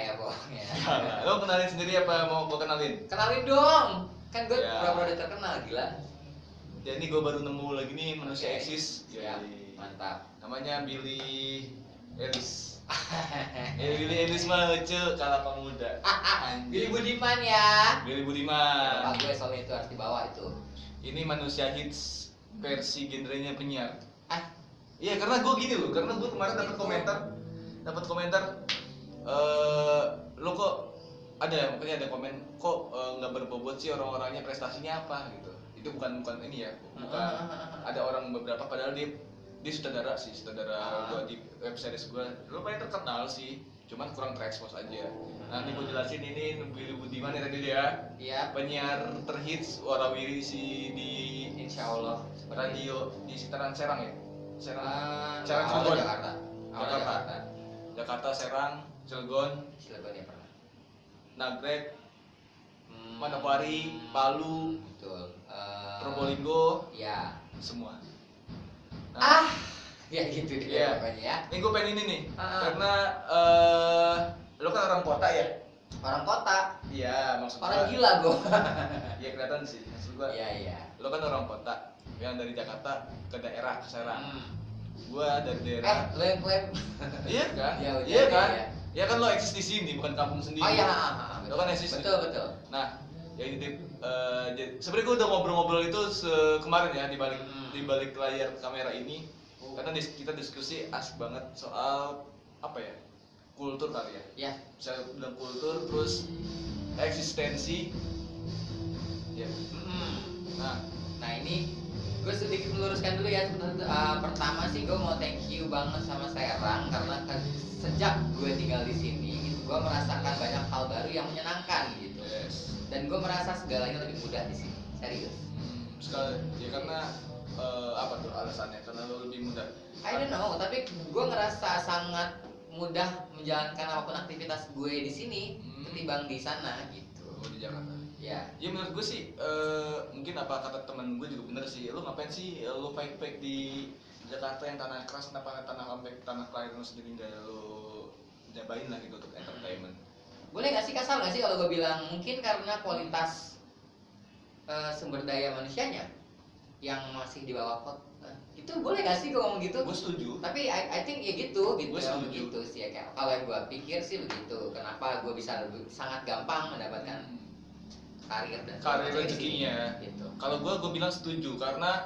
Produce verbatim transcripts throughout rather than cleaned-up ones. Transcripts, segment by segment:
ya pokoknya. Lo kenalin sendiri apa mau gue kenalin? Kenalin dong, kan gue Ya. pura-pura udah terkenal gila. Ya ini gue baru nemu lagi nih manusia Oke. eksis. Siap, Jadi, mantap. namanya Billy Ellis. Eh Billy Ellis mah lucu kalah pemuda. Billy Budiman ya. Billy Budiman. Bapak gue soalnya itu harus dibawa itu. Ini manusia hits versi genrenya penyiar. Ah, Iya karena gue gini loh, karena gue kemarin dapat komentar, dapat komentar, eh lo kok ada ya, makanya ada komen kok eh, nggak berbobot sih orang-orangnya prestasinya apa gitu. Itu bukan bukan ini ya, bukan ada orang beberapa padahal dia dia sutradara sih, sutradara gue di web series gue, lo paling terkenal sih, cuman kurang terekspos aja. Nanti gue jelasin ini Billy Budiman ya tadi dia, iya. penyiar terhits warawiri si di Insya Allah. radio di sekitaran Serang ya. Serang, Ah, Serang awalnya Cilegon, Jakarta. Awalnya Jakarta. Jakarta. Jakarta, Serang, Cilegon, Cilegon ya pernah. Nagrek, Hmm, Manokwari, Palu, Betul. Eh, Probolinggo, Ya. semua. Ah, ya gitu deh Iya. pokoknya ya. Ini gue pengen ini nih, Ah. karena eh lo kan orang kota ya. Orang kota, Iya, maksud orang gua- gila gue. Iya kelihatan sih, maksud gua. Iya iya. Lo kan orang kota, yang dari Jakarta ke daerah ke Serang. Hmm. Gua dari Eh, daerah. lo yang klaim. Iya kan? Ya, udah, Iya kan? iya. Ya kan lo eksis di sini, bukan kampung sendiri. Oh iya, ah, ah, Lo kan eksis. betul betul. Nah, ya jadi eh, jadi- sebenarnya gue udah ngobrol-ngobrol itu se- kemarin ya di balik Hmm. di balik layar kamera ini, Oh. karena dis- kita diskusi asik banget soal apa ya, kultur kali ya. Ya. Saya bilang kultur, terus eksistensi. Ya. Hmm. Nah, Nah ini gue sedikit meluruskan dulu ya. Uh, pertama sih gue mau thank you banget sama Serang karena ke- sejak gue tinggal di sini gitu, gue merasakan banyak hal baru yang menyenangkan gitu. yes. Dan gue merasa segalanya lebih mudah di sini. Serius. Hmm, sekali ya karena eh, apa tuh alasannya? Karena lo lebih mudah. I don't know, tapi gue ngerasa sangat mudah menjalankan apapun aktivitas gue di sini Hmm. ketimbang di sana gitu. Oh, di Jakarta. Ya. Ya menurut gue sih eh, mungkin apa kata temen gue juga bener sih. Lo ngapain sih eh, lo fake-fake di Jakarta yang tanah keras, kenapa tanah lembek, tanah kelahiran lo sendiri nggak lo nyobain lah gitu untuk entertainment. Boleh gak sih, kasar gak sih kalau gue bilang mungkin karena kualitas eh, sumber daya manusianya yang masih di bawah kota. Itu boleh gak sih gue ngomong gitu? Gue setuju. Tapi I, I think ya gitu, gitu, Gue setuju. begitu sih ya kayak kalau yang gue pikir sih begitu. Kenapa gue bisa lebih, sangat gampang mendapatkan karir dan Karir sebagainya di rezekinya. sini, gitu. Kalau gue gue bilang setuju karena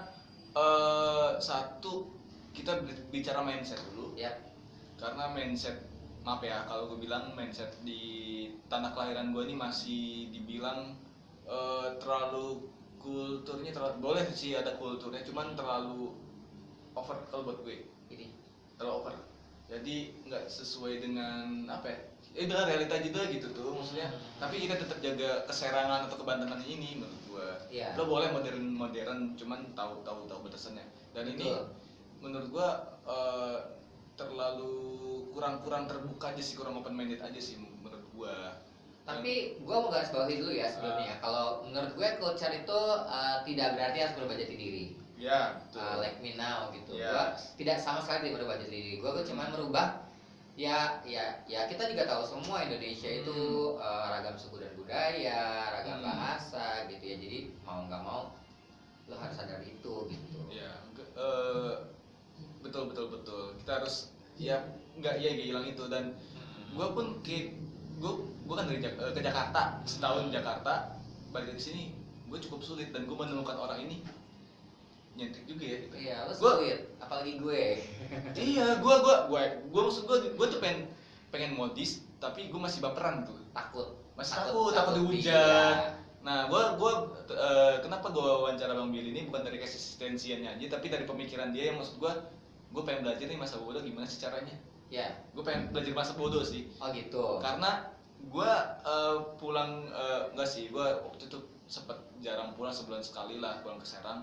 eh, satu kita bicara mindset dulu. Ya, Karena mindset, maaf ya kalau gue bilang mindset di tanah kelahiran gue ini masih dibilang eh, terlalu kulturnya terlalu, boleh sih ada kulturnya cuman terlalu over kalau buat gue, ini. terlalu over, jadi nggak sesuai dengan apa ya, eh dengan realita juga gitu tuh maksudnya. Hmm. Tapi kita tetap jaga keserangan atau kebantenan ini menurut gue. Iya. Lo boleh modern modern cuman tahu tahu tahu batasannya, dan ini Betul. menurut gua eh, terlalu kurang-kurang terbuka aja sih, kurang open minded aja sih menurut gua. Tapi gue mau garis bawahi dulu ya sebelumnya. Kalau menurut gue culture itu uh, tidak berarti harus berubah jati diri. Ya betul. Uh, like me now gitu. Ya. Gue tidak sama sekali tidak berubah jati diri. Gue cuma merubah ya ya ya kita juga tahu semua Indonesia itu uh, ragam suku dan budaya, ragam Hmm. bahasa gitu ya. Jadi mau nggak mau lo harus sadar itu gitu. Ya ge- eh, betul betul betul, kita harus ya nggak ya nggak hilang itu. Dan gua pun ke gua gua kan dari Jak- eh, ke Jakarta setahun di Jakarta, balik ke sini gue cukup sulit dan gue menemukan orang ini nyentrik juga ya gitu. Iya, lo Gua- sulit, apalagi gue. Iya, gua gua gua gua maksud gua gua tuh pengen pengen modis tapi gua masih baperan tuh. Takut. Masih takut, takut dihujat. Nah, gua gua eh, kenapa gua wawancara Bang Billy ini bukan dari eksistensiannya aja tapi dari pemikiran dia, yang maksud gua gua pengen belajar nih masa bodoh gimana sih caranya. Ya. Gua pengen belajar masa bodoh sih. Oh gitu. Karena gua eh, pulang eh, enggak sih, gua waktu itu sempet jarang pulang, sebulan sekali lah pulang ke Serang.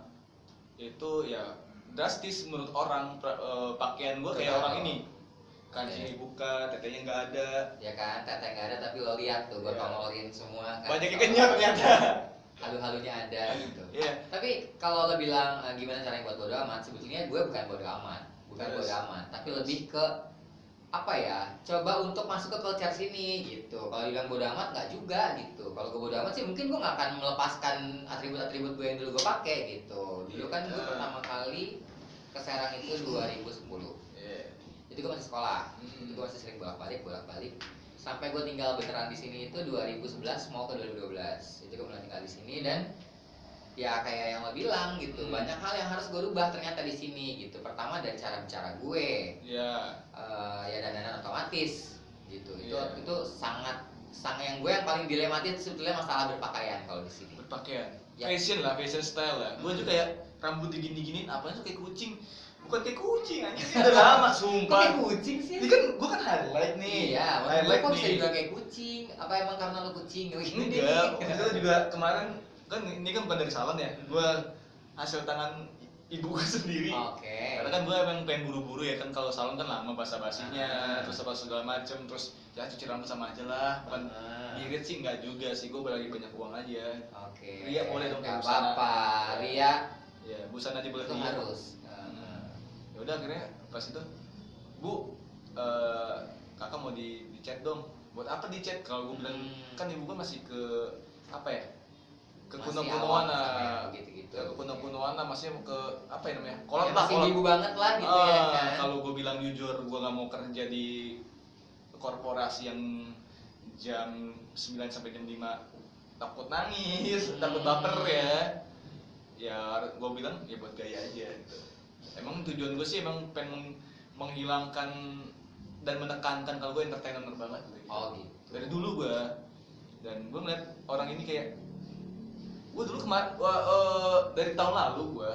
Itu ya drastis menurut orang, pra- eh, pakaian gua kayak Betul. orang ini. Kancingnya buka, tetenya nggak ada. Ya kan, teteh nggak ada tapi lo lihat tuh, gue Iya. tongolin semua kan. Banyak yang kenyang ternyata. Halu-halunya ada gitu. Iya. Tapi kalau lo bilang eh, gimana caranya buat bodo amat, sebetulnya gue bukan bodo amat, bukan Yes. bodo amat, tapi lebih ke apa ya, coba untuk masuk ke culture sini gitu. Kalau bilang bodo amat nggak juga gitu. Kalau gue bodo amat sih mungkin gue nggak akan melepaskan atribut-atribut gue yang dulu gue pakai gitu. Dulu kan gue pertama kali ke Serang itu dua ribu sepuluh. Yeah. Itu gue masih sekolah. Hmm. Itu gue masih sering bolak-balik bolak-balik. Sampai gue tinggal beneran di sini itu dua ribu sebelas mau ke dua ribu dua belas. Jadi gue mulai tinggal di sini dan ya kayak yang lo bilang gitu, Hmm. banyak hal yang harus gue rubah ternyata di sini gitu. Pertama dari cara bicara gue, Ya. uh, ya dandanan otomatis gitu. Itu Iya. itu sangat sangat yang gue yang paling dilematis sebetulnya masalah berpakaian kalau di sini. Berpakaian. Ya. Fashion lah, fashion style lah. Gue juga ya rambut digini-giniin, apaan tuh kayak kucing. Bukan kayak kucing anjing, ini udah lama Kok sumpah. kayak kucing sih? Ini kan gue kan highlight nih. Iya, maksud gue highlight kok bisa nih. juga kayak kucing? Apa emang karena lo kucing? Enggak, kita juga kemarin kan ini kan bukan dari salon ya. Gue hasil tangan ibu gue sendiri. Oke. Karena kan gue emang pengen buru-buru ya kan, kalau salon kan lama basa-basinya, Ah. terus apa segala macem, terus ya cuci rambut sama aja lah. Bukan Ah. irit sih enggak juga sih, gue lagi banyak uang aja. Oke. Ria boleh dong Gak kayak busana. apa-apa. Ria Ya, busana aja boleh itu Ria. harus. Hmm. Ya udah akhirnya pas itu, Bu, eh, kakak mau di, di chat dong. Buat apa di chat? Kalau gue bilang Hmm. kan ibu gue masih ke apa ya? Ke Masih kuno-kunoan awam lah. sampai gitu-gitu. Ya, ke kuno-kunoan lah, masih ke apa ya namanya? Kolot Ya, lah, masih kolot. ibu banget lah gitu ya Ah, kan. Kalau gue bilang jujur, gue nggak mau kerja di korporasi yang jam sembilan sampai jam lima takut nangis, Hmm. takut baper ya. Ya gue bilang ya buat gaya aja gitu. Emang tujuan gue sih emang pengen menghilangkan dan menekankan kalau gue entertainer banget gitu. Oh gitu. Dari dulu gue, dan gue ngeliat orang ini kayak gue dulu kemarin uh, dari tahun lalu gue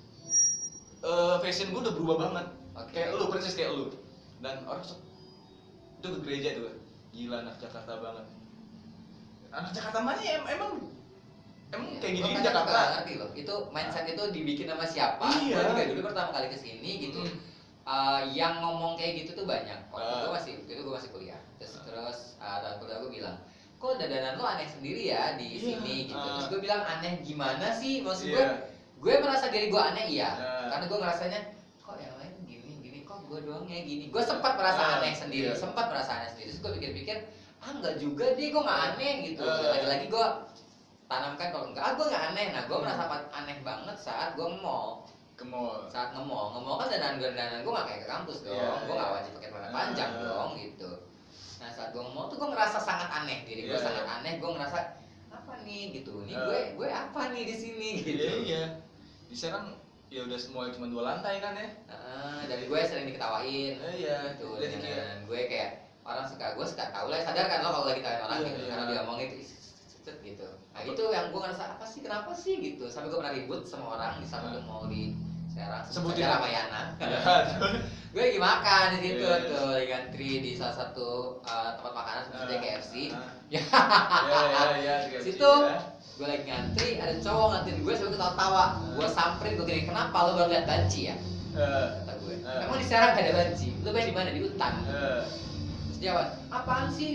uh, fashion gue udah berubah banget. Oke. Kayak lu, persis kayak lu. Dan orang tuh itu ke gereja tuh, gila anak Jakarta banget. Anak Jakarta mana ya em- emang emang Iya, kayak gini gua di kadang Jakarta. suka nggak ngerti loh. Itu mindset itu dibikin sama siapa? Iya. Gua juga dulu pertama kali kesini gitu. Mm. Uh, yang ngomong kayak gitu tuh banyak. Waktu Ah. gue masih, waktu itu gue masih kuliah. Terus Ah. terus uh, tahun kuliah gue bilang, kok dadanan lo aneh sendiri ya di Iya. sini gitu. Ah. Terus gue bilang aneh gimana sih? Maksud Iya. gue, gue merasa diri gue aneh iya. Ah. Karena gue ngerasanya kok yang lain gini gini, kok gue doang ya gini. Gue sempat merasa Ah. aneh sendiri, Iya. sempat merasa aneh sendiri. Terus gue pikir-pikir, ah nggak juga deh, gue nggak aneh gitu. Ah. Lagi-lagi gue tanamkan kalau enggak, ah gue nggak aneh. Nah gue Hmm. merasa aneh banget saat gue nge-mall. Ke mall. Saat nge-mall, nge-mall kan dandan dandan gue nggak kayak ke kampus dong, Iya, gue nggak iya. wajib pakai celana panjang Ah. dong gitu. Nah saat gue nge-mall tuh gue ngerasa sangat aneh, diri gue Iya, sangat iya. aneh, gue ngerasa apa nih gitu, nih Ah. gue gue apa nih di sini gitu. Iya, iya. Di Serang ya udah semua cuma dua lantai kan ya. Ah, dari gue sering diketawain, Eh, iya. gitu. Jadi kayak Dan gue kayak orang suka, gue suka tahu lah, sadar kan lo kalau lagi tawain orang Iya, gitu, iya. karena dia ngomong itu set gitu. Nah itu yang gue ngerasa apa sih, kenapa sih gitu. Sampai gue pernah ribut sama orang di salah satu Ah. mall di Serang, Sebutin saja apa? Ramayana. Ya, tuh. Gue lagi makan di situ Iya, iya. tuh, lagi ngantri di salah satu uh, tempat makanan seperti K F C. Ah. Ya, Iya, iya, iya, K F C, situ ya. gue lagi ngantri, ada cowok ngantin gue sambil ketawa-tawa. Gue samperin, gue gini, kenapa lo baru liat banci ya? Eh, Kata gue. Eh. Emang di Serang gak ada banci? Lo main di mana? Di hutan. eh. Terus dia jawab, apaan sih?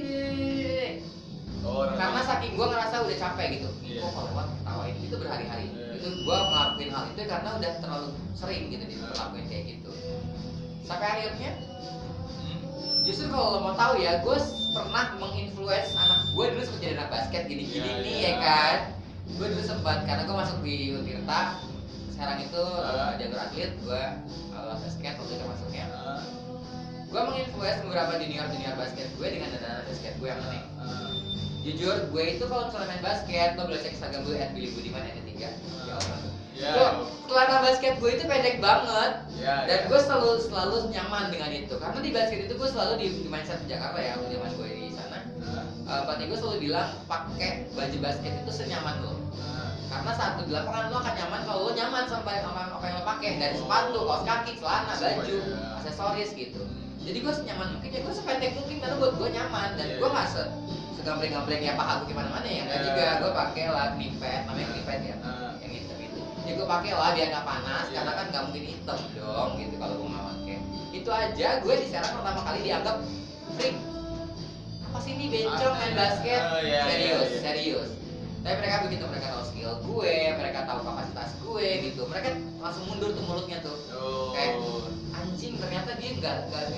Oh, orang Karena lain. saking gue ngerasa udah capek gitu. Iya. Gue kalau lewat ketawain itu berhari-hari. Iya. Itu gue ngelakuin hal itu karena udah terlalu sering gitu dilakuin kayak gitu. Sampai akhirnya Hmm. justru kalau lo mau tahu ya, gue pernah menginfluence anak gue dulu sempat jadi anak basket gini-gini Iya, nih iya. ya kan. Gue dulu sempat, karena gue masuk di Untirta. Sekarang itu uh, jalur atlet, gue uh, basket waktu itu masuknya. Ah, Gue menginfluence beberapa junior-junior basket gue dengan dandanan basket gue yang aneh. ah, Jujur, gue itu kalau misalnya main basket, lo boleh cek Instagram gue at Billy Budiman ada tiga. Ya Allah. ya, Gue celana basket gue itu pendek banget. ya, Dan ya. gue selalu selalu nyaman dengan itu, karena di basket itu gue selalu di, di mindset di Jakarta ya, waktu zaman gue di sana. Ah, Uh, pelatih gue selalu bilang pakai baju basket itu senyaman lo, ah, karena saat lo di lapangan lo akan nyaman kalau lo nyaman sampai sama apa yang lo pakai, dari sepatu, kaos kaki, celana, baju, Semuanya. aksesoris gitu. Hmm. Jadi gue senyaman mungkin ya, gue sependek mungkin karena buat gue nyaman, dan Iya, gue iya. nggak se segambreng-gambreng ya paha gue gimana mana ya nggak Iya. juga. Gue pakai lah knipet, namanya knipet ya, Ah. yang hitam itu. Ya gue pakai lah biar nggak panas, Iya. karena kan nggak mungkin hitam dong gitu kalau gue nggak pakai. Itu aja gue di Serang pertama kali dianggap freak. Apa sih ini bencong main basket? Oh, iya, serius, iya, iya. serius. Tapi mereka begitu mereka tahu skill gue, mereka tahu kapasitas gue gitu, mereka langsung mundur tuh mulutnya tuh. Oh. Kayak, anjing ternyata dia nggak nggak ini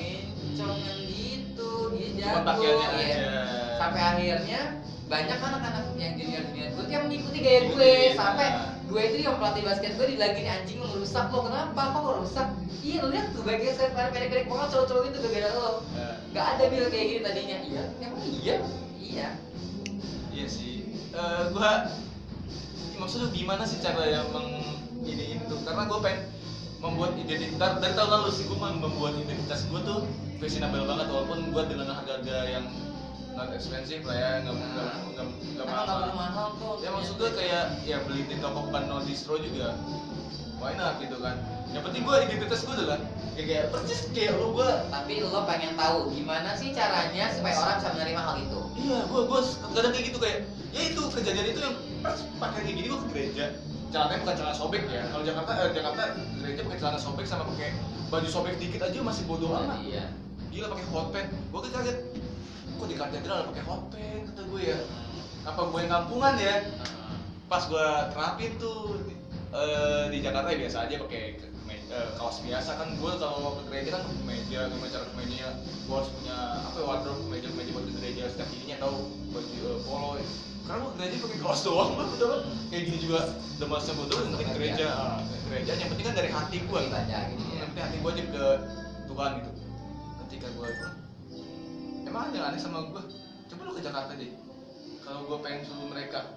kencongan gitu, dia Cuma jago. pakaiannya Iya. aja. Sampai akhirnya banyak anak-anak yang junior junior gue tuh yang mengikuti gaya gue, Ikutin, sampai nah. gue itu yang pelatih basket gue dilagi nih, anjing lu merusak lo, kenapa kok lo rusak? Iya lu lihat tuh bagian saya pendek-pendek banget cowok-cowok itu gara-gara lo. Nah. Gak ada bil kayak gini tadinya. Iya, emang iya. Iya. Iya sih. Eh gua maksudnya gimana sih cara yang meng ini itu? Karena gua pengen membuat identitas dari tahun lalu sih gua membuat identitas gua tuh fashionable banget walaupun gua dengan harga-harga yang not expensive lah ya, nggak nggak Nah. nggak nggak Emang gak perlu mahal. mahal kok. Ya maksud gua kayak ya beli di toko bukan no distro juga. Why not gitu kan? Yang penting gua identitas gua adalah kayak kayak persis kayak lu gua. Tapi lo pengen tahu gimana sih caranya supaya orang bisa menerima hal itu? Iya, gua gua kadang kayak gitu kayak ya itu kejadian itu yang pas pakai kayak gini gua ke gereja. Celananya bukan celana sobek ya. Kalau Jakarta eh, Jakarta gereja pakai celana sobek sama pakai baju sobek dikit aja masih bodoh amat. Iya. Gila pakai hot pants. Gua kayak kaget. Kok di katedral pakai hot pants kata gue ya. Apa gue yang kampungan ya? Pas gua terapin tuh di, eh, di Jakarta ya biasa aja pakai ke- me- eh, kaos biasa kan. Gue kalau ke gereja kan kemeja, kemeja kemeja gue harus punya apa ya, wardrobe kemeja kemeja buat ke gereja setiap ininya tahu baju eh, polo. Karena gue ke gereja pakai kaos doang lah, udah kan kayak gini juga udah masa bodoh. Yang penting gereja, ah, gereja yang penting kan dari hati gue. Ibadah gitu ya. Yang penting hati gue aja ke Tuhan gitu. Ketika gue emang ada yang aneh sama gue. Coba lu ke Jakarta deh. Kalau gue pengen suruh mereka,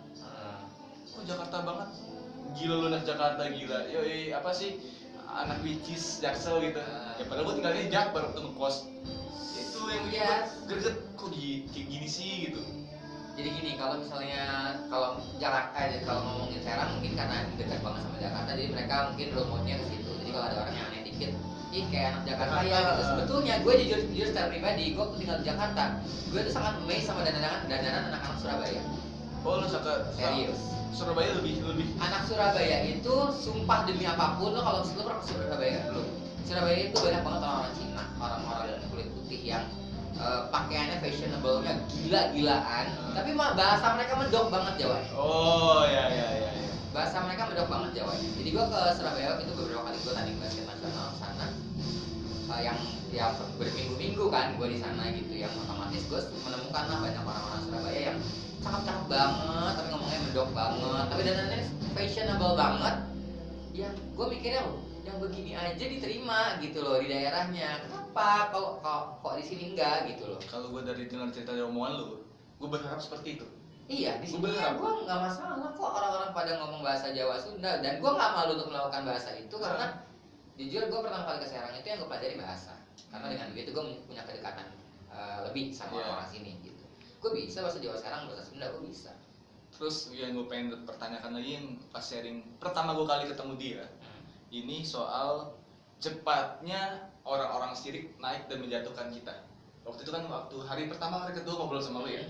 kok Jakarta banget, gila lu anak Jakarta gila, yoi apa sih anak Wicis Jaksel gitu, ya padahal gue tinggalnya di Jakbar waktu ngekos, itu yang bikin Yes. gue greget kok gi- kayak gini sih gitu. Jadi gini, kalau misalnya kalau Jakarta, eh, kalau ngomongin Serang mungkin karena dekat banget sama Jakarta, jadi mereka mungkin rumornya ke situ. Jadi kalau ada orang yang aneh dikit, ih kayak anak Jakarta ya Jakarta. gitu. Sebetulnya gue jujur jujur secara pribadi, gue tinggal di Jakarta. Gue tuh sangat amazed sama dandanan dandanan anak-anak Surabaya. Oh lu suka Serius. Surabaya lebih lebih Anak Surabaya itu sumpah demi apapun, lo kalau lo pernah ke Surabaya belum? Surabaya itu banyak banget orang-orang Cina, orang-orang kulit putih yang eh, pakaiannya fashionable-nya gila-gilaan, Hmm. tapi mah bahasa mereka medok banget Jawa. oh ya ya ya ya Bahasa mereka medok banget Jawa. Jadi gua ke Surabaya itu beberapa kali gua tanding basket nasional sana. Eh, yang yang berminggu-minggu kan gua di sana gitu, yang otomatis gua menemukan lah banyak orang-orang Surabaya yang cakep-cakep banget, tapi ngomongnya medok banget, tapi dandannya fashionable banget. Yang gua mikirnya loh, yang begini aja diterima gitu loh di daerahnya. Kenapa kalau kok kok di sini enggak gitu loh? kalau gue dari dengar cerita dari omongan lu, gue berharap seperti itu. Iya, di Gua sini berharap. ya gue nggak masalah kok orang-orang pada ngomong bahasa Jawa Sunda, dan gue nggak malu untuk melakukan bahasa itu karena jujur gue pertama kali ke Serang itu yang gue pelajari bahasa, karena dengan begitu gue punya kedekatan uh, lebih sama Iya. orang sini gitu. Gue bisa bahasa Jawa Serang, bahasa Sunda gue bisa. Terus yang gue pengen pertanyakan lagi yang pas sharing pertama gue kali ketemu dia, ini soal cepatnya orang-orang sirik naik dan menjatuhkan kita. Waktu itu kan waktu hari pertama hari kedua ngobrol sama lu ya.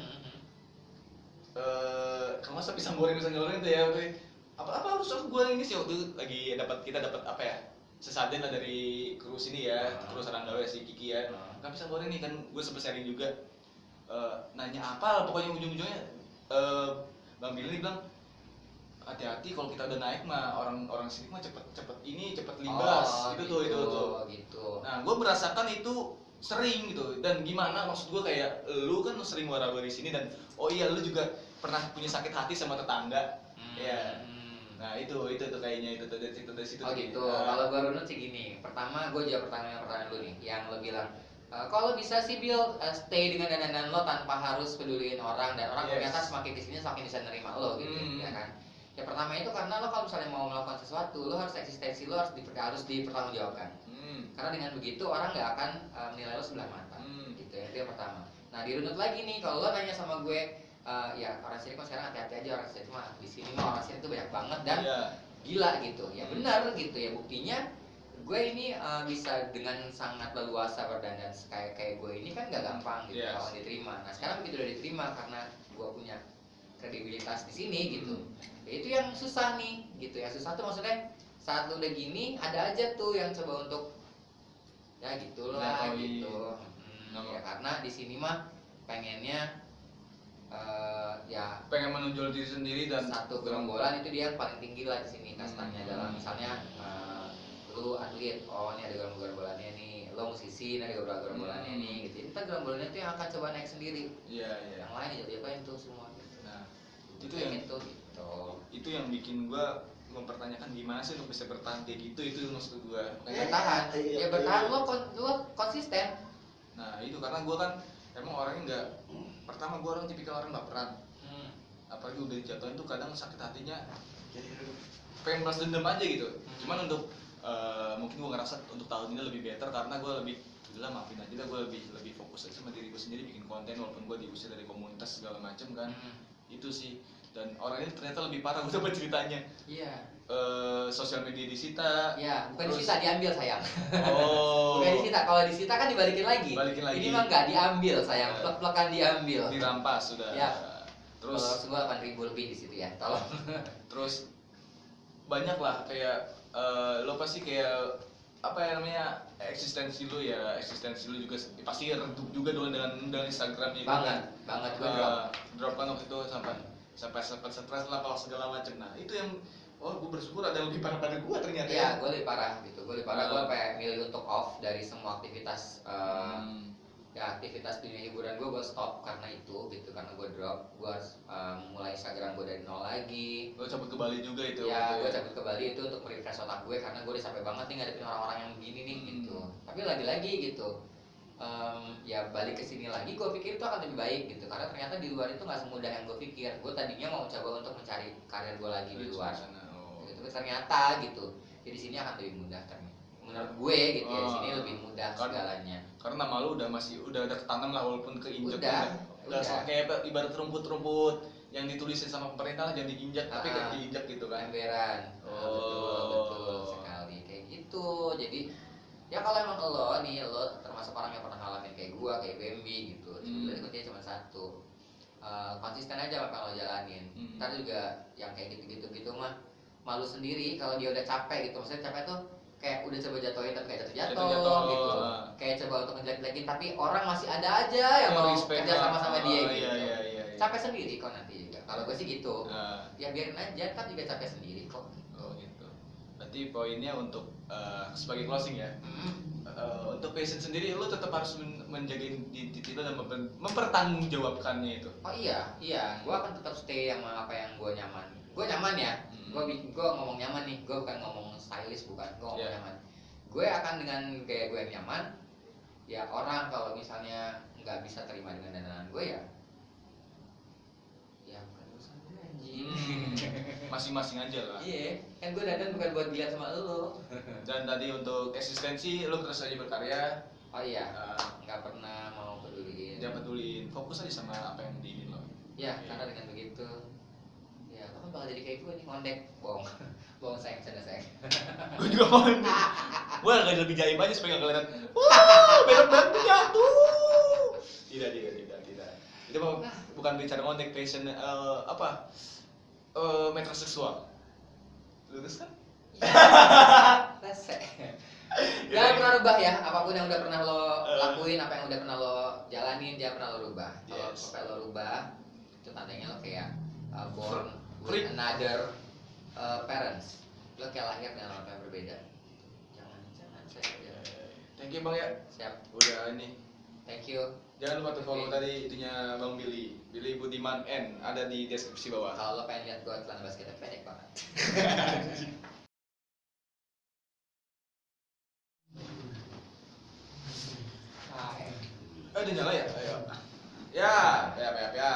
Eh, kamu masa bisa samborin bisa ngeluarin tuh ya, gue apa apa harus gue ini sih waktu itu lagi dapat kita dapat apa ya sesajen lah dari kru sini ya, Hmm. kru Saranggawe si Kiki ya. Hmm. Kamu bisa samborin nih kan gue sempet sharing juga. Eh, nanya apa pokoknya ujung-ujungnya eh, Bang Billy bilang hati-hati kalau kita udah naik mah orang-orang sini mah cepet cepet ini cepet limbas Oh, itu gitu, tuh itu tuh. gitu. Nah gue merasakan itu sering gitu dan gimana maksud gue kayak lu kan lu sering wara-wari di sini dan oh iya lu juga pernah punya sakit hati sama tetangga. Hmm. Iya. Hmm. Nah itu itu tuh kayaknya itu tuh dari situ dari situ. Oh tuh. gitu. Nah, Kalau gue runut sih gini. Pertama gue jawab pertanyaan yang pertanyaan lu nih, yang lo bilang e, kalau bisa sih Bill uh, stay dengan dandanan lo tanpa harus peduliin orang, dan orang Yes. ternyata semakin kesini semakin bisa nerima lo gitu, Hmm. ya kan? Ya pertama itu karena lo kalau misalnya mau melakukan sesuatu, lo harus eksistensi lo harus di, harus dipertanggungjawabkan. hmm. Karena dengan begitu orang nggak akan uh, menilai lo sebelah mata. Hmm. Gitu ya, itu yang pertama. Nah dirunut lagi nih, kalau lo nanya sama gue, uh, ya orang sini kok sekarang hati-hati aja orang sini, cuma di sini mah orang sini tuh banyak banget dan Iya. gila gitu. Ya benar gitu ya, buktinya gue ini uh, bisa dengan sangat leluasa berdandan kayak kayak gue ini kan gak gampang gitu Yes. kalau diterima. Nah sekarang begitu udah diterima karena gue punya kredibilitas di sini gitu. Ya, itu yang susah nih gitu. Yang susah tuh maksudnya saat lu udah gini ada aja tuh yang coba untuk ya gitulah Ngelakuin. gitu. Nggak Hmm, mau. ya karena di sini mah pengennya eh, ya Pengen menonjol diri sendiri dan satu gerombolan itu dia yang paling tinggi lah di sini kastanya. Hmm. Dalam misalnya eh, lu atlet, oh ini ada gerombolan-gerombolannya nih, lo musisi, ini ada gerombolan-gerombolannya nih, gitu. Ntar gerombolannya tuh yang akan coba naik sendiri. Iya, iya. Yang lain dijatuhin tuh semua. Gitu. Nah, itu Kayak yang gitu, gitu. itu yang bikin gua mempertanyakan gimana sih untuk bisa bertahan kayak gitu, itu maksud gua. Ya, bertahan, ya bertahan lo, kon, lo konsisten. Nah itu karena gua kan emang orangnya nggak, pertama gua orang tipikal orang baperan. Hmm. Apalagi udah dijatuhin tuh kadang sakit hatinya, jadi pengen balas dendam aja gitu. Hmm. Cuman untuk uh, mungkin gua ngerasa untuk tahun ini lebih better karena gua lebih udah maafin aja lah, gue lebih lebih fokus aja sama diri gue sendiri bikin konten walaupun gue diusir dari komunitas segala macem kan. Hmm. Itu sih, dan orang ini ternyata lebih parah gue dapat ceritanya. Iya. Uh, sosial media disita. Iya, bukan terus... disita, diambil sayang. Oh. Bukan disita, kalau disita kan dibalikin lagi. Balikin lagi. Ini mah nggak diambil sayang, plek-plekan diambil. Dirampas sudah. Ya. Terus semua delapan ribu lebih di situ ya, tolong. Terus banyak lah kayak uh, lo pasti kayak apa ya namanya eksistensi lu ya eksistensi lu juga pasti redup juga dong dengan dengan Instagramnya banget kan? banget gue uh, drop drop kan waktu itu sampai sampai sempat stres lah kalau segala macam. Nah itu yang oh gue bersyukur ada yang lebih parah pada gue ternyata. Iya, gue lebih parah gitu, gue lebih parah. uh, gue sampai milih untuk off dari semua aktivitas uh, hmm. ya aktivitas dunia hiburan gue gue stop karena itu gitu, karena gue drop, gue um, mulai Instagram gue dari nol lagi. Lo cabut ke Bali juga itu? Ya gue cabut ke Bali itu untuk merefresh otak gue karena gue udah capek banget nih ngadepin orang-orang yang begini nih hmm. gitu. Tapi lagi-lagi gitu um, ya balik ke sini lagi gue pikir itu akan lebih baik gitu, karena ternyata di luar itu nggak semudah yang gue pikir. Gue tadinya mau coba untuk mencari karir gue lagi di luar oh. gitu, tapi ternyata gitu jadi sini akan lebih mudah ternyata menurut gue gitu oh. ya, di sini lebih mudah segalanya. Karena nama lu udah masih udah ada ketanam lah walaupun keinjak udah, udah, udah. Kayak ibarat rumput-rumput yang ditulisin sama pemerintah lah jangan diinjak, ah, tapi kan diinjak gitu kan. Emberan. Oh. Nah, betul, betul sekali kayak gitu. Jadi ya kalau emang lo nih lo termasuk orang yang pernah ngalamin kayak gua, kayak B M B gitu. Sebenarnya hmm. kuncinya cuma satu. Uh, konsisten aja apa yang lo jalanin. Hmm. Ntar juga yang kayak gitu-gitu gitu mah malu sendiri kalau dia udah capek gitu. Maksudnya capek tuh kayak udah coba jatuhin tapi kayak jatuh-jatuh gitu, kayak coba untuk ngejelek-jelekin tapi orang masih ada aja yang mau kerja sama-sama dia oh, gitu. Iya, iya, iya, iya. Capek sendiri kok nanti juga. Kalau gue sih gitu. Uh, ya biarin aja, kan juga capek sendiri kok. Oh gitu. Berarti poinnya untuk uh, sebagai closing ya. Mm. Uh, untuk passion sendiri lo tetap harus men menjaga identitas dan memper mempertanggungjawabkannya itu. Oh iya, iya. Gue akan tetap stay sama apa yang gue nyaman. Gue nyaman ya. Mm. Gue gue ngomong nyaman nih. Gue bukan ngomong stylish, bukan. Gue ngomong yeah. nyaman. Gue akan dengan gaya gue yang nyaman. Ya orang kalau misalnya nggak bisa terima dengan dandanan gue ya masing-masing aja lah. Iya, kan gue dandan bukan buat dilihat sama lo. Dan tadi untuk eksistensi lo terus aja berkarya. Oh iya, nggak uh, pernah mau peduliin. Jangan peduliin, fokus aja sama apa yang diingin lo. Ya, okay. Karena dengan begitu, ya lo kan bakal jadi kayak gue nih, ngondek, bohong, bohong sayang, canda sayang. Gue juga ngondek. Gue agak lebih jaim aja supaya nggak kelihatan. Wah, berat banget punya tuh. Tidak, tidak, tidak, tidak. Itu bukan bicara ngondek, passion uh, apa? Uh, metroseksual. Lurus kan? Resek. Jangan pernah rubah ya, apapun yang udah pernah lo lakuin, apa yang udah pernah lo jalanin, jangan pernah lo rubah. Kalau yes. sampai lo rubah, itu tandanya lo kayak uh, born with another uh, parents. Lo kayak lahir dengan orang yang berbeda. Jangan, jangan saya. Thank you Bang ya. Siap. Udah ini. Thank you. Jangan lupa tuh follow okay. tadi itunya Bang Billy, Billy Budiman N, ada di deskripsi bawah. Kalau lo pengen lihat gua celana basket pendek banget. Eh, udah nyala ya? Ayo. Ya, ya, ya, ya.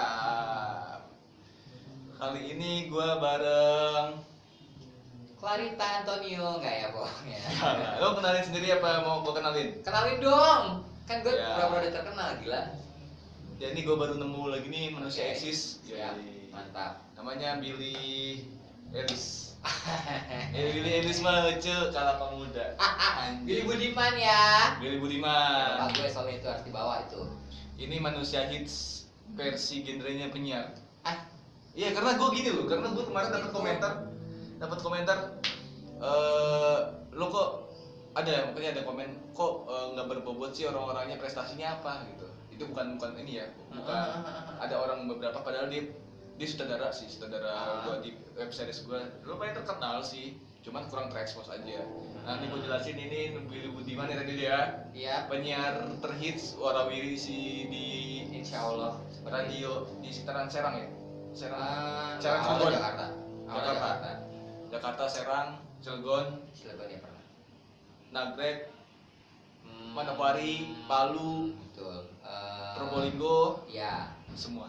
Kali ini gua bareng Clarita Antonio, nggak ya bohong ya? Lo kenalin sendiri apa mau gua kenalin? Kenalin dong. Kan gue ya. Pura-pura udah terkenal, gila. Ya ini gue baru nemu lagi nih manusia okay. eksis. Ya, mantap. Namanya Billy Elis. eh, Billy Elis mah lucu kalau pemuda. Billy Budiman ya. Billy Budiman. Ya, gue soalnya itu harus dibawa itu. Ini manusia hits versi genrenya penyiar. Ah, iya karena gue gini loh, karena gue kemarin dapat komentar, dapat komentar, eh lo kok ada makanya ada komen kok nggak uh, berbobot sih orang-orangnya prestasinya apa gitu. Itu bukan bukan ini ya, bukan ada orang beberapa padahal dia dia sutradara sih, sutradara gua di web series gua lu paling terkenal sih, cuman kurang terekspos aja. Nanti gue jelasin ini Willy Budiman ya tadi dia. Iya. Penyiar terhits warawiri si di Insya Allah. radio di sekitaran Serang ya. Serang. Uh, Serang awalnya Cilegon. Jakarta. Awalnya Jakarta. Jakarta. Jakarta, Serang, Cilegon, Cilegon ya pernah. Nagrek, Hmm, Manokwari, Palu, Betul. Uh, Probolinggo, Ya. semua.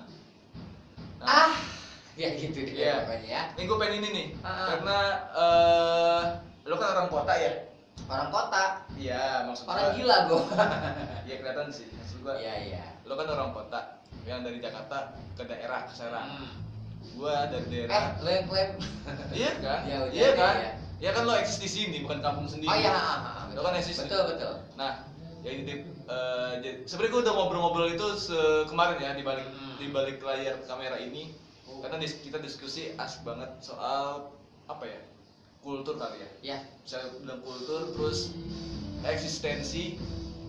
Ah, ya gitu deh Iya. pokoknya ya. Ini gue pengen ini nih, Ah. karena eh lo kan orang kota ya. Orang kota, Iya, maksud orang gua. gila gua. Iya kelihatan sih, maksud gua. Iya iya. Lo kan orang kota, yang dari Jakarta ke daerah ke Serang. Hmm. Gua dari Eh, daerah. lo yang klaim. Iya kan? Ya, udah Iya deh, kan? ya. Ya kan lo eksis di sini, bukan kampung sendiri. Oh iya, ah, ah, Lo kan eksis. betul betul. Nah, ya jadi eh, jadi- sebenarnya gue udah ngobrol-ngobrol itu se- kemarin ya di balik Hmm. di balik layar kamera ini. Oh. Karena dis- kita diskusi asik banget soal apa ya? Kultur kali ya. Ya. Saya bilang kultur terus eksistensi.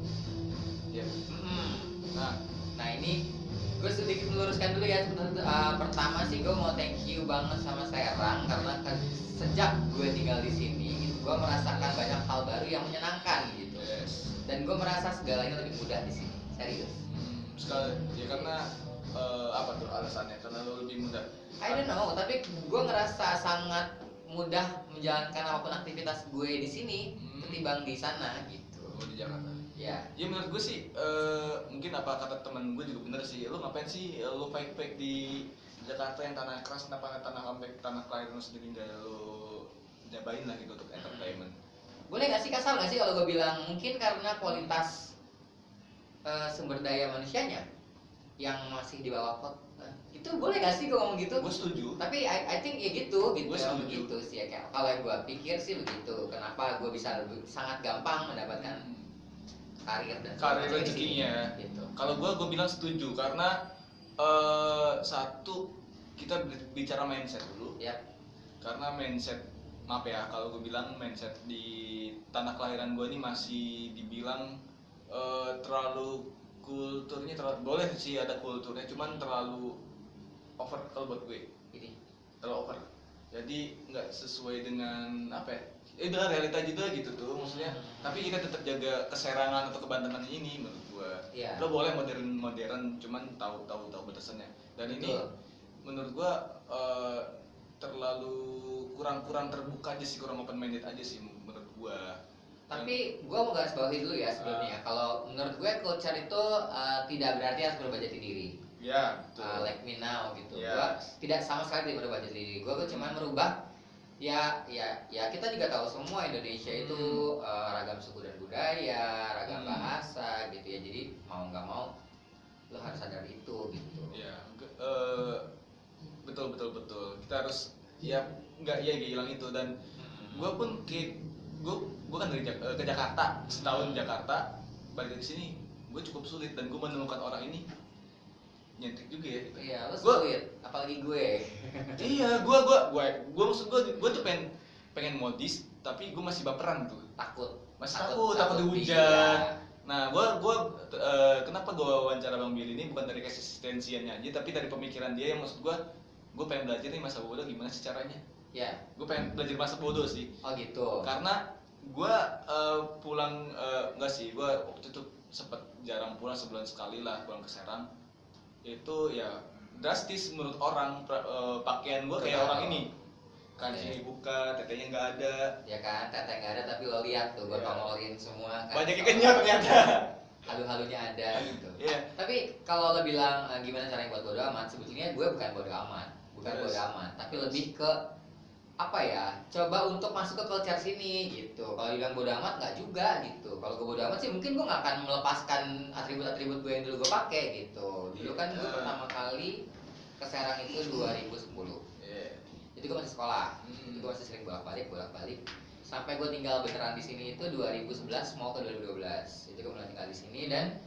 Ya. Hmm. Nah, Nah ini gue sedikit meluruskan dulu ya. Sebenarnya uh, pertama sih gue mau thank you banget sama Serang karena ke- sejak gue tinggal di sini, gitu, gue merasakan banyak hal baru yang menyenangkan gitu. yes. Dan gue merasa segalanya lebih mudah di sini. Serius. Hmm, sekali ya karena eh, apa tuh alasannya? Karena lo lebih mudah. I don't know, tapi gue ngerasa sangat mudah menjalankan apapun aktivitas gue di sini Hmm. ketimbang di sana gitu. Oh, di Jakarta. Ya. Ya menurut gue sih eh, mungkin apa kata temen gue juga bener sih. Lo ngapain sih eh, lo fake fake di Jakarta yang tanah keras, kenapa tanah lembek, tanah kelahiran lo sendiri nggak lo nyobain lah gitu untuk entertainment. Boleh gak sih kasar gak sih kalau gue bilang mungkin karena kualitas eh, sumber daya manusianya yang masih di bawah kota. Itu boleh gak sih gue ngomong gitu? Gue setuju. Tapi I, I think ya gitu, gitu, Gue setuju. begitu sih ya. Kayak kalau yang gue pikir sih begitu. Kenapa gue bisa lebih, sangat gampang mendapatkan karir dan Karir sebagainya di rezekinya. sini, gitu. Kalau gue gue bilang setuju karena eh, satu kita bicara mindset dulu. Ya. Karena mindset maaf ya kalau gue bilang mindset di tanah kelahiran gue ini masih dibilang eh, terlalu kulturnya terlalu boleh sih ada kulturnya cuman terlalu over kalau buat gue Ini. terlalu over jadi nggak sesuai dengan apa ya eh dengan realita juga gitu tuh maksudnya Hmm. tapi kita tetap jaga keserangan atau kebantenan ini menurut gue Iya. lo boleh modern modern cuman tahu tahu tahu batasannya dan ini Betul. menurut gua eh, terlalu kurang-kurang terbuka aja sih kurang open minded aja sih menurut gua. Tapi gue mau garis bawahi dulu ya sebelumnya. Kalau menurut gue culture itu uh, tidak berarti harus berubah jati diri. Ya betul. Uh, like me now gitu. Ya. Gue tidak sama sekali tidak berubah jati diri. Gue cuma merubah. Ya, ya, ya kita juga tahu semua Indonesia itu uh, ragam suku dan budaya, ragam Hmm. bahasa gitu ya. Jadi mau nggak mau lo harus sadar itu gitu. Ya ge- eh, betul betul betul kita harus ya nggak ya nggak hilang itu dan gua pun ke gua gua kan dari Jak- eh, ke Jakarta setahun di Jakarta balik dari sini gue cukup sulit dan gue menemukan orang ini nyentrik juga ya gitu. Iya, lo Gua- sulit. Apalagi gue. Iya, gua gua gua gua maksud gua gua tuh pengen pengen modis tapi gua masih baperan tuh. Takut. Masih takut, takut dihujat. Nah, gua gua eh, kenapa gua wawancara Bang Billy ini bukan dari eksistensiannya aja tapi dari pemikiran dia yang maksud gua gua pengen belajar nih masa bodoh gimana sih caranya. Ya. Gua pengen belajar masa bodoh sih. Oh gitu. Karena gua eh, pulang eh, enggak sih, gua waktu itu sempet jarang pulang sebulan sekali lah pulang ke Serang. Itu ya drastis menurut orang pra- eh, pakaian gua kayak Betul. orang ini. Kancingnya buka, tetenya nggak ada. Ya kan, teteh nggak ada tapi lo lihat tuh, gue Iya. tongolin semua kan. Banyak yang kenyot ternyata. Halu-halunya ada gitu. Iya. Tapi kalau lo bilang eh, gimana caranya buat bodo amat, sebetulnya gue bukan bodo amat, bukan Terus? bodo amat, tapi lebih ke apa ya? Coba untuk masuk ke culture sini gitu. Kalau bilang bodo amat nggak juga gitu. Kalau gue bodo amat sih mungkin gue nggak akan melepaskan atribut-atribut gue yang dulu gue pakai gitu. Dulu kan gue Iya. pertama kali ke Serang itu dua ribu sepuluh. Iya. Itu gue masih sekolah, Hmm. itu gue masih sering bolak-balik, bolak-balik sampai gue tinggal beneran di sini itu dua ribu sebelas mau ke dua ribu dua belas. Itu gue mulai tinggal di sini dan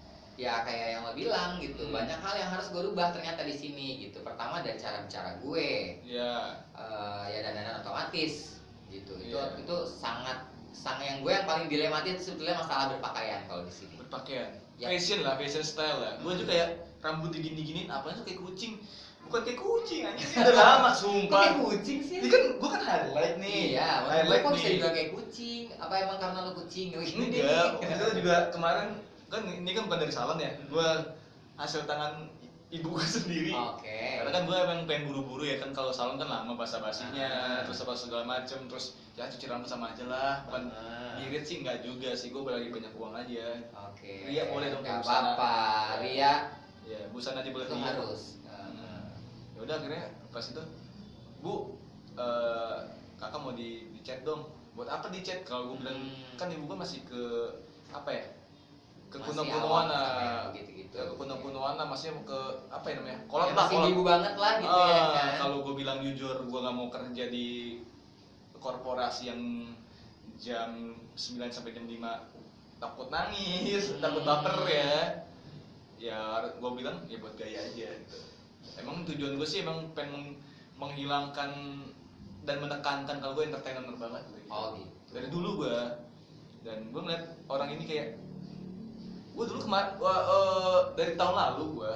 ya kayak yang lo bilang gitu, Hmm. banyak hal yang harus gue rubah ternyata di sini gitu. Pertama dari cara bicara gue, Iya. eh, ya dandanan otomatis gitu. Itu Iya. itu sangat sangat yang gue yang paling dilematis sebetulnya masalah berpakaian kalau di sini. Berpakaian. Ya. Fashion lah, fashion style lah. Gue juga kayak rambut digini-giniin apaan tuh kayak kucing. bukan kayak kucing anjing sih udah lama Kok sumpah. kayak kucing sih? Ini kan gua kan highlight nih. Iya, maksud gue highlight kok bisa nih. juga kayak kucing? Apa emang karena lu kucing? Enggak, kita juga kemarin kan ini kan bukan dari salon ya. Gua hasil tangan ibu gue sendiri. Oke. Karena kan gue emang pengen buru-buru ya kan, kalau salon kan lama basa-basinya, Ah. terus apa segala macem, terus ya cuci rambut sama aja lah. Bukan Ah. irit sih enggak juga sih, gue lagi banyak uang aja. Oke. Ria boleh dong, Gak busana. apa-apa, Ria Ya, busana aja boleh itu Ria. harus. Hmm. Ya udah akhirnya pas itu, Bu, eh, kakak mau di, di chat dong. Buat apa di chat? Kalau gue bilang Hmm. kan ibu gue masih ke apa ya? Ke Masih kuno-kunoan awam lah. sama yang begitu-gitu. Ya, ke kuno-kunoan lah, maksudnya mau ke apa ya namanya? Ya, Kolot lah, masih kolot. ibu banget lah gitu ya Ah, kan. kalau gue bilang jujur, gue nggak mau kerja di korporasi yang jam sembilan sampai jam lima takut nangis, Hmm. takut baper ya. Ya gue bilang ya buat gaya aja gitu. Emang tujuan gue sih emang pengen menghilangkan dan menekankan kalau gue entertainer banget gitu. Oh gitu. Dari dulu gue, dan gue ngeliat orang ini kayak gue dulu kemarin dari tahun lalu gue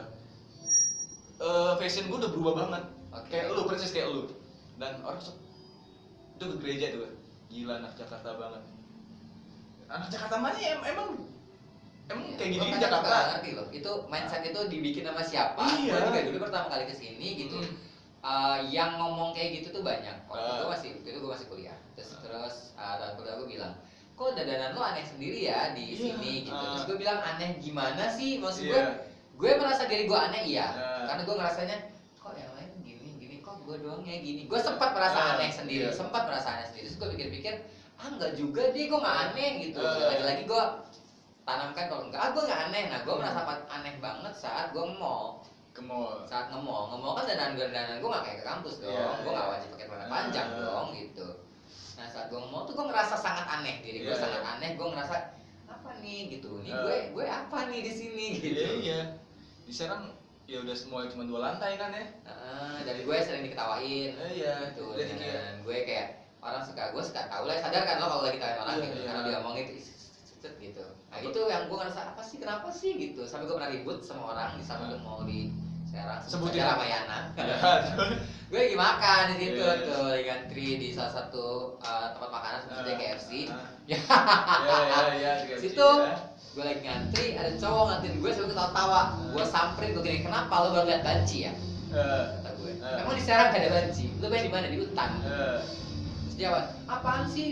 uh, fashion gue udah berubah banget. Oke. Kayak lu, persis kayak lu. Dan orang tuh itu ke gereja tuh, gila anak Jakarta banget. Anak Jakarta mana ya em- emang emang kayak gini Gua di kadang Jakarta. suka ngerti loh. Itu mindset itu dibikin sama siapa? Iya. Gua juga dulu pertama kali kesini gitu. Hmm. Uh, yang ngomong kayak gitu tuh banyak. Waktu Ah. itu masih waktu itu gue masih kuliah. Terus terus uh, dan kuliah gue bilang, kok dandanan lu aneh sendiri ya di Iya. sini gitu. Ah. Terus gue bilang aneh gimana sih? Maksud Iya. gue, gue merasa diri gue aneh iya. Ah. Karena gue ngerasanya kok yang lain gini gini kok gue doang ya gini. Gue sempat merasa Ah, aneh sendiri. iya. Sempat merasa aneh sendiri. Terus gue pikir-pikir ah enggak juga deh, gue nggak aneh gitu. Ah. Lagi-lagi gue tanamkan kalau enggak, ah gue nggak aneh. Nah gue Hmm. merasa aneh banget saat gue nge-mall. Ke mall. Saat nge-mall, nge-mall kan dandan dandan gue nggak kayak ke kampus dong, Iya, gue iya. nggak wajib pakai celana panjang Ah. dong gitu. Nah saat gue nge-mall tuh gue ngerasa sangat aneh, diri gue Iya, sangat iya. aneh, gue ngerasa apa nih gitu, nih Ah. gue gue apa nih di sini gitu. Iya iya. Di Serang ya udah semua cuma dua lantai kan ya. Ah, dari gue sering diketawain, Eh, iya. gitu. Jadi Dengan kayak gue kayak orang suka, gue suka tahu lah, sadar kan lo kalau lagi tawain orang Iya, gitu, iya. karena dia ngomongin gitu, set gitu. Nah itu yang gue ngerasa apa sih, kenapa sih gitu, sampai gue pernah ribut sama orang di salah satu mall di Serang, Sebutin saja apa? Ramayana. ya, Gue lagi makan di situ Iya. tuh, lagi ngantri di salah satu uh, tempat makanan sebutnya K F C. Ya ya ya ya. Situ gue lagi ngantri, ada cowok ngantin gue sambil ketawa-tawa. Gue samperin, gue gini, kenapa lo baru lihat banci ya? Kata gue. Eh. Emang di Serang gak ada banci? Lo pengen di mana? Di hutan. Eh. Terus dia jawab, apaan sih?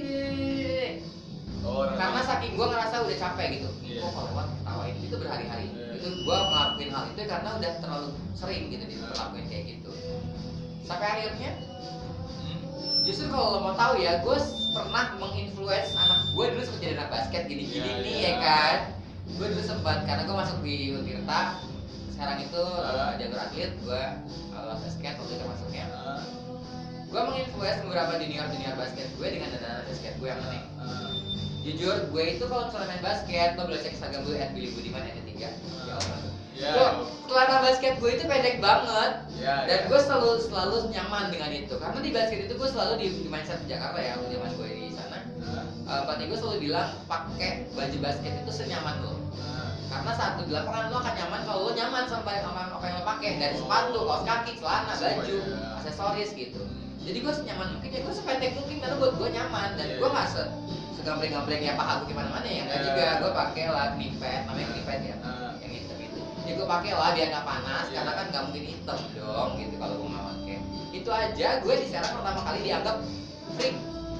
Oh, orang Karena lain. saking gue ngerasa udah capek gitu. Iya. Kok kalau lewat ketawain itu berhari-hari. Iya. Itu gue ngelakuin hal itu karena udah terlalu sering gitu dilakuin kayak gitu. Sampai akhirnya Hmm? justru kalau lo mau tahu ya, gue pernah menginfluence anak gue dulu sempat jadi anak basket gini-gini Iya, nih iya. ya kan. Gue dulu sempat karena gue masuk di Untirta. Sekarang itu uh, jalur atlet, gue uh, basket waktu itu masuknya. Ah, Gue menginfluence beberapa junior junior basket gue dengan dandanan basket gue yang penting. ah, Jujur, gue itu kalau misalnya main basket, lo boleh cek Instagram gue at billy budiman n tiga. Ya Allah. Ya. Gue celana basket gue itu pendek banget. Ya, Dan ya. gue selalu selalu nyaman dengan itu karena di basket itu gue selalu di, di mindset di Jakarta ya waktu zaman gue di sana. Ah, Uh, pelatih gue selalu bilang pakai baju basket itu senyaman lo. ah. Karena saat lo di lapangan lo akan nyaman kalau lo nyaman sampai sama apa yang lo pakai, dari sepatu, kaos kaki, celana, baju, Semuanya. aksesoris gitu. Jadi gue senyaman mungkin ya, gue sependek mungkin karena buat gue nyaman dan Iya. gue nggak se segambreng-gambreng ya paha gue gimana-mana ya nggak Iya. juga. Gue pakai lah knee pad, namanya knee pad ya, Ah. yang hitam itu. Ya gue pakai lah biar nggak panas Iya. karena kan nggak mungkin hitam dong gitu kalau gue nggak pakai. Itu aja gue di Serang pertama kali dianggap freak.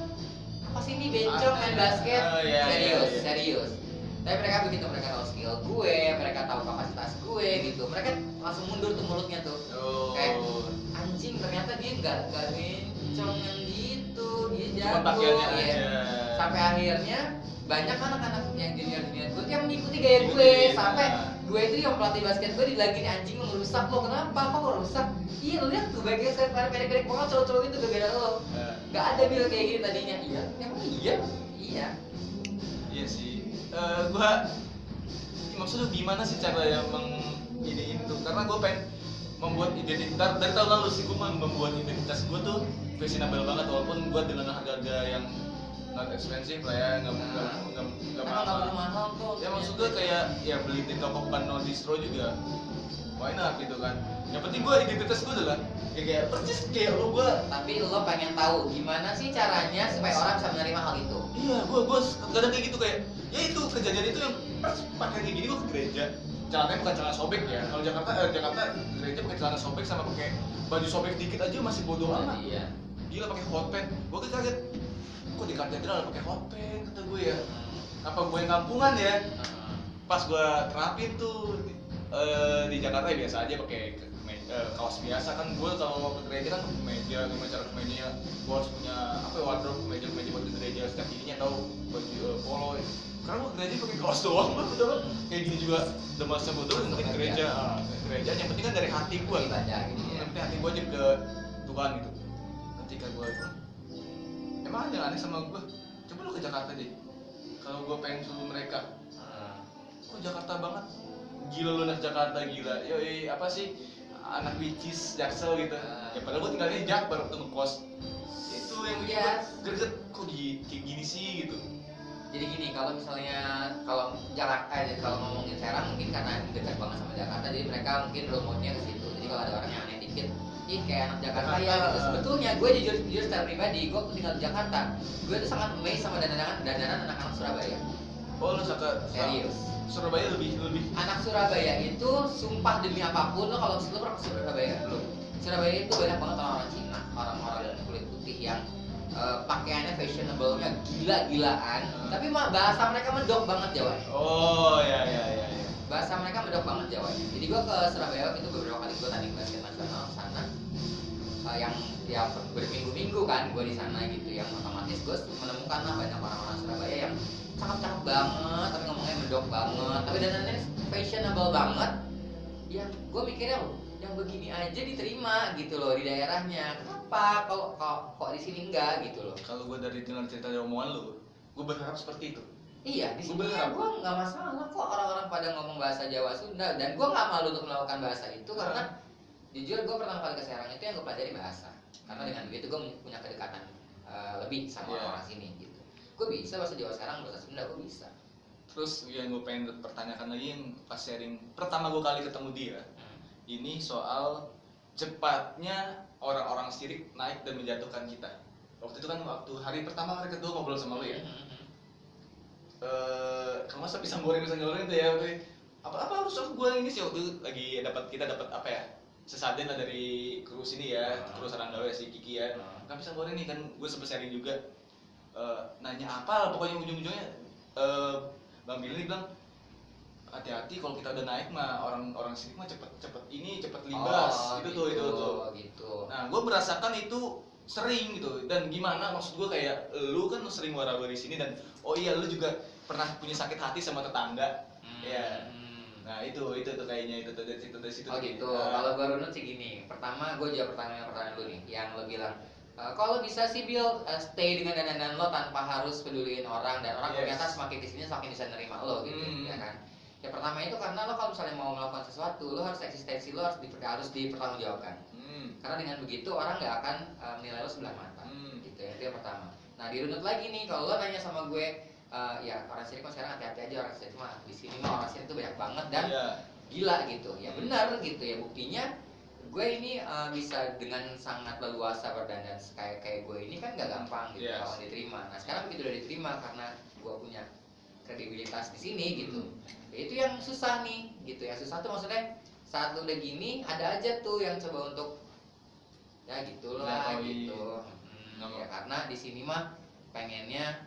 Apa sih ini bencong main basket? Oh, iya, serius, iya, iya. serius. Tapi mereka begitu mereka tahu skill gue, mereka tahu kapasitas gue gitu, mereka langsung mundur tuh mulutnya tuh. Oh. Kayak anjing ternyata dia nggak nggak bencong yang gitu, dia Cuma jago. pakaiannya Iya. aja. Sampai akhirnya banyak anak-anak yang junior junior gue yang mengikuti gaya gue, Ikutin, sampai nah. gue itu yang pelatih basket gue dilagin anjing lo merusak lo, kenapa kok lo rusak? Iya lo lihat tuh bagian saya pendek-pendek banget cowok-cowok itu gara-gara lo. Ah. Gak ada bilang kayak gini tadinya. Iya, emang iya, iya. Iya sih. Eh, gua maksudnya gimana sih cara yang meng ini itu? Karena gua pengen membuat identitas dari tahun lalu sih gua membuat identitas gua tuh fashionable banget walaupun gua dengan harga-harga yang not expensive lah ya, nggak nggak nggak nggak Emang nggak mahal. perlu mahal kok. Ya maksud gua kayak ya beli di toko bukan no distro juga fine up gitu kan. Yang penting gue identitas gue adalah kayak, kayak persis kayak lo gue. Tapi lo pengen tahu gimana sih caranya supaya orang bisa menerima hal itu? Iya, gue gue kadang kayak gitu kayak ya itu kejadian itu yang pas pakai kayak gini gue ke gereja. Celananya bukan celana sobek ya. Kalau Jakarta eh, Jakarta gereja pakai celana sobek sama pakai baju sobek dikit aja masih bodoh amat. Iya. Gila pakai hot pants. Gue kaget. Kok di katedral pakai hot pants kata gue ya. Apa gue yang kampungan ya? Pas gue terapin tuh uh, di Jakarta ya biasa aja pakai uh, kaos biasa kan. Gue kalau ke gereja kan meja, gimana cara kemejanya gue harus punya apa ya, wardrobe meja meja buat di gereja setiap ininya tahu baju uh, polo. Karena gue ke gereja pakai kaos doang, gue betul kayak gini juga udah masa bodoh mungkin gereja, uh, gereja yang penting kan dari hati gue. Ibadah gitu ya. Yang penting hati gue aja ke Tuhan gitu. Ketika gue emang ada yang aneh sama gue, coba lu ke Jakarta deh. Kalau gue pengen suruh mereka kok Jakarta banget, gila lu anak Jakarta gila, yoi apa sih anak bicis Jaksel gitu, ya padahal gue tinggalnya di Jakbar waktu ngekos, itu yang bikin Yes. gue greget kok gi- kayak gini sih gitu. Jadi gini, kalau misalnya kalau Jakarta, eh, kalau ngomongin Serang mungkin karena dekat banget sama Jakarta, jadi mereka mungkin remote-nya ke situ. Jadi kalau ada orang yang aneh dikit, ih kayak anak Jakarta ya gitu. Sebetulnya gue jujur jujur secara pribadi, gue tinggal di Jakarta, gue tuh sangat amazed sama dandanan dandanan anak-anak Surabaya. Oh lu suka Serius. Surabaya lebih lebih Anak Surabaya itu sumpah demi apapun, lo kalau lo pernah ke Surabaya belum? Surabaya itu banyak banget orang-orang Cina, orang-orang kulit putih yang uh, pakaiannya fashionable-nya gila-gilaan, Hmm. tapi mah bahasa mereka medok banget Jawa. oh ya ya ya ya Bahasa mereka medok banget Jawa. Jadi gua ke Surabaya waktu itu beberapa kali gua tanding basket nasional sana, uh, yang ya berminggu-minggu kan gua di sana gitu, yang otomatis gua menemukan lah banyak orang-orang Surabaya yang cakep-cakep banget, tapi ngomongnya medok banget, tapi dandannya fashionable banget. Yang gue mikirnya loh, yang begini aja diterima gitu loh di daerahnya. Kenapa? Kalau kok kok di sini enggak gitu loh? kalau gue dari dengar cerita dari omongan lu, gue berharap seperti itu. Iya, di Gua sini berharap. gue nggak masalah kok orang-orang pada ngomong bahasa Jawa Sunda, dan gue nggak malu untuk melakukan bahasa itu karena jujur gue pertama kali ke Serang itu yang gue pelajari bahasa. Karena dengan begitu gue punya kedekatan uh, lebih sama Iya. orang sini gitu. Gue bisa bahasa Jawa Serang, bahasa Sunda gue bisa. Terus yang gue pengen pertanyakan lagi yang pas sharing pertama gue kali ketemu dia, Hmm. ini soal cepatnya orang-orang sirik naik dan menjatuhkan kita. Waktu itu kan waktu hari pertama hari kedua ngobrol sama lo ya. Eh, kamu sampai samborin bisa ngeluarin tuh ya, waktu itu. apa apa harus aku gue ini sih waktu itu lagi dapat kita dapat apa ya sesajen lah dari kru sini ya, Hmm. kru Saranggawe si Kiki ya. Hmm. Kamu samborin nih kan gue sempet sharing juga. Eh, nanya apa pokoknya ujung-ujungnya eh, Bang Billy bilang hati-hati kalau kita udah naik mah orang-orang sini mah cepet cepet ini cepet libas Oh, itu gitu, tuh itu tuh. gitu. Nah gue merasakan itu sering gitu dan gimana maksud gue kayak lu kan sering wara-wara di sini dan oh iya lu juga pernah punya sakit hati sama tetangga. Hmm. Ya. Nah itu itu tuh kayaknya itu tuh dari situ dari situ. Oh gitu. Nah, Kalau gue runut sih gini. Pertama gue jawab pertanyaan pertanyaan lu nih, yang lo bilang e, kalau bisa sih Bill uh, stay dengan dandanan lo tanpa harus peduliin orang, dan orang Yes. ternyata semakin kesini semakin bisa nerima lo gitu, Hmm. ya kan? Yang pertama itu karena lo kalau misalnya mau melakukan sesuatu, lo harus eksistensi lo harus, di, harus dipertanggungjawabkan. hmm. Karena dengan begitu orang nggak akan uh, menilai lo sebelah mata. Hmm. Gitu ya, itu yang pertama. Nah dirunut lagi nih, kalau lo nanya sama gue, uh, ya orang sini kok sekarang hati-hati aja, orang sini mah di sini mah orang sini tuh banyak banget dan Iya. gila gitu. Ya benar gitu ya, buktinya gue ini uh, bisa dengan sangat leluasa berdandan kayak kayak gue ini kan nggak gampang gitu Yes. kalau diterima. Nah sekarang begitu udah diterima karena gue punya kredibilitas di sini gitu. Ya, itu yang susah nih gitu. Yang susah tuh maksudnya saat lu udah gini ada aja tuh yang coba untuk ya gitulah Ngelakuin. gitu. Nggak Hmm, mau. ya karena di sini mah pengennya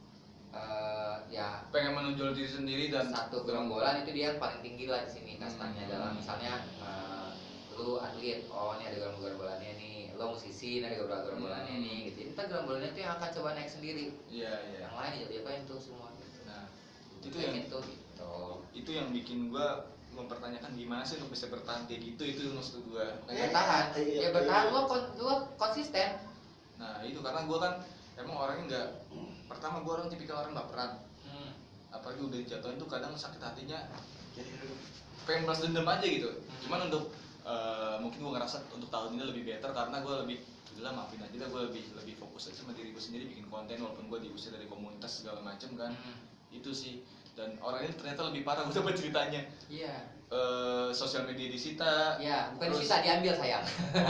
eh, ya Pengen menonjol diri sendiri dan satu gerombolan itu dia yang paling tinggi lah di sini kastanya. Hmm. Dalam misalnya eh, lu atlet, oh ini ada gerombol-gerombolannya nih, lo musisi, ini ada gerombol-gerombolannya Hmm. nih gitu. Jadi ntar gerombolannya itu yang akan coba naik sendiri, Iya iya. yang lain ya diapain tuh semua gitu. Nah itu Kayak yang gitu gitu. itu yang bikin gua mempertanyakan gimana sih untuk bisa bertahan kayak gitu itu maksud gua. Ya Makanya- bertahan, Iya, ya bertahan iya. lo kon, lo konsisten. Nah itu karena gue kan emang orangnya nggak pertama gue orang tipikal orang baperan Hmm. apalagi udah dijatuhin tuh kadang sakit hatinya pengen balas dendam aja gitu. Cuman untuk eh, mungkin gue ngerasa untuk tahun ini lebih better karena gue lebih udah maafin aja lah, gue lebih lebih fokus aja sama diri gue sendiri bikin konten walaupun gue diusir dari komunitas segala macem kan. Hmm. Itu sih Dan orang ini ternyata lebih parah, gue dapat ceritanya. Iya. Eh, sosial media disita. Iya, bukan terus- disita, diambil sayang.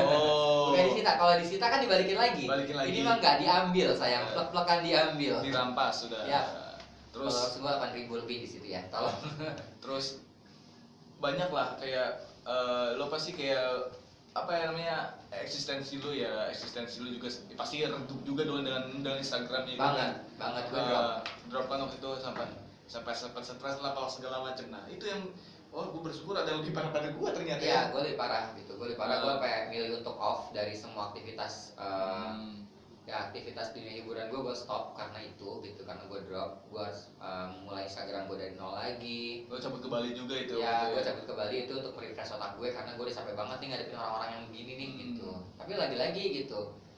Oh. Bukan disita, kalau disita kan dibalikin lagi. Balikin lagi. Ini mah nggak diambil sayang, Iya. plek-plekan diambil. Dirampas sudah. Ya. Terus Followers gua delapan ribu lebih di situ ya, tolong. terus banyak lah kayak eh, lo pasti kayak apa ya namanya eksistensi lo ya eksistensi lo juga pasti redup juga dong dengan dengan Instagramnya gitu Banget, banget gua drop. Eh, drop kan waktu itu sampai sampai sempat stres lah kalau segala macam. Nah itu yang oh gue bersyukur ada yang lebih parah pada gue ternyata. Iya, gue lebih parah gitu. Gue lebih parah. Ah. Gue kayak milih untuk off dari semua aktivitas eh, Hmm. ya aktivitas dunia hiburan gue. Gue stop karena itu gitu, karena gue drop. Gue eh, mulai Instagram gue dari nol lagi. Lo cabut ke Bali juga itu. Ya, waktu gue cabut ke Bali itu untuk merefresh otak gue karena gue udah capek banget nih ngadepin orang-orang yang begini nih Hmm. gitu. Tapi lagi-lagi gitu,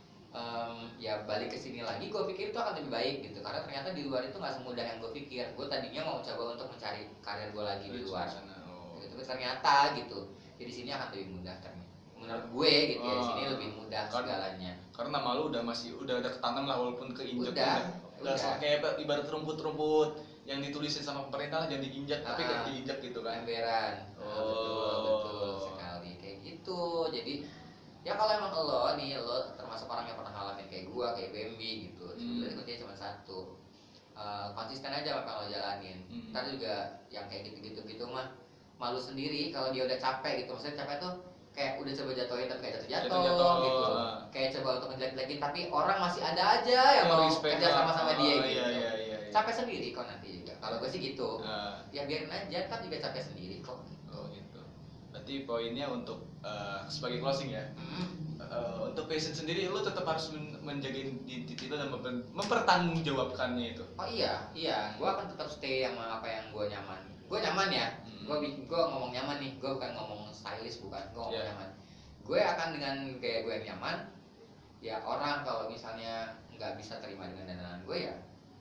em, ya balik ke sini lagi gue pikir itu akan lebih baik gitu karena ternyata di luar itu nggak semudah yang gue pikir. Gue tadinya mau coba untuk mencari karir gue lagi di luar. Sana. Oh. Gitu. Tapi ternyata gitu, jadi sini akan lebih mudah ternyata. Menurut gue gitu ya, di sini Oh. lebih mudah Kan- segalanya. Karena nama lu udah masih udah ada ketanam lah walaupun keinjak. Udah, udah udah. kayak apa, ibarat rumput-rumput yang ditulisin sama pemerintah jangan diinjak tapi Ah. kayak diinjak gitu kan. Emberan. Nah, betul, Oh. betul sekali kayak gitu. Jadi ya kalau emang lo nih, lo termasuk orang yang pernah ngalamin kayak gua, kayak B M B gitu. Hmm. Sebenarnya kuncinya cuma satu. Eh, konsisten aja apa yang lo jalanin. Hmm. Ntar juga yang kayak gitu-gitu gitu mah malu sendiri kalau dia udah capek gitu. Maksudnya capek tuh kayak udah coba jatuhin tapi kayak jatuh-jatuh Jatuh-jatuh, gitu. ah. Kayak coba untuk ngejelek-jelekin tapi orang masih ada aja yang Oh, mau respect kerja lah. sama sama dia Oh, gitu. iya, iya, iya, iya. Capek sendiri kok nanti juga. Kalau gue sih gitu. Nah, Ya biarin aja, kan juga capek sendiri kok. oh gitu. Berarti poinnya untuk eh, sebagai closing ya. Hmm. Eh, untuk passion sendiri lu tetap harus men- menjaga identitas lu dan memper- mempertanggungjawabkannya itu. Oh iya, iya. Gue akan tetap stay sama apa yang gue nyaman. Gue nyaman ya. Hmm. Gue gue ngomong nyaman nih. Gue bukan ngomong stylish, bukan. Gue ngomong Yeah. nyaman. Gue akan dengan gaya gue yang nyaman. Ya orang kalau misalnya nggak bisa terima dengan dandanan gue ya,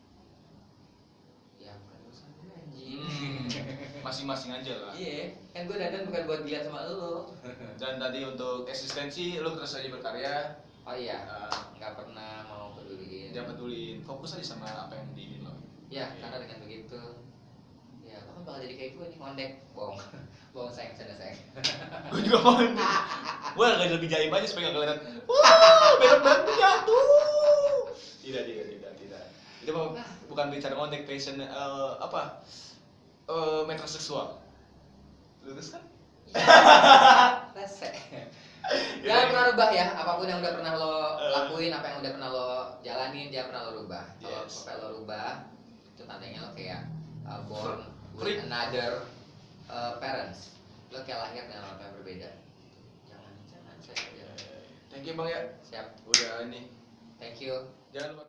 ya bukan urusan gue anjing. Hmm. Masing-masing aja lah. Iya, kan gue dandan bukan buat dilihat sama lo. Dan tadi untuk eksistensi lu terus aja berkarya. Oh iya, eh, nggak pernah mau peduliin. jangan pedulin, fokus aja sama apa yang diingin lo. Ya, karena dengan begitu, ya lo kan bakal jadi kayak gue nih, ngondek, bohong, bohong sayang, canda sayang. Gue juga mau nih. Gue agak lebih jaim aja supaya gak kelihatan. Wah, belok belok jatuh. Tidak, tidak, tidak, tidak. Itu mah bukan bicara kontak passion eh, apa? Eh, metroseksual. Lurus kan? Rese. Jangan pernah rubah ya, apapun yang udah pernah lo Eh. lakuin, apa yang udah pernah lo jalanin, jangan pernah lo rubah. Kalau Yes. sampai lo rubah, itu tandanya lo kayak uh, born Freak. with another uh, parents. Lo kayak lahir dengan orang yang berbeda. Jangan, jangan, saya jangan. Thank you Bang ya. Siap, Udah ini. thank you. Jangan lupa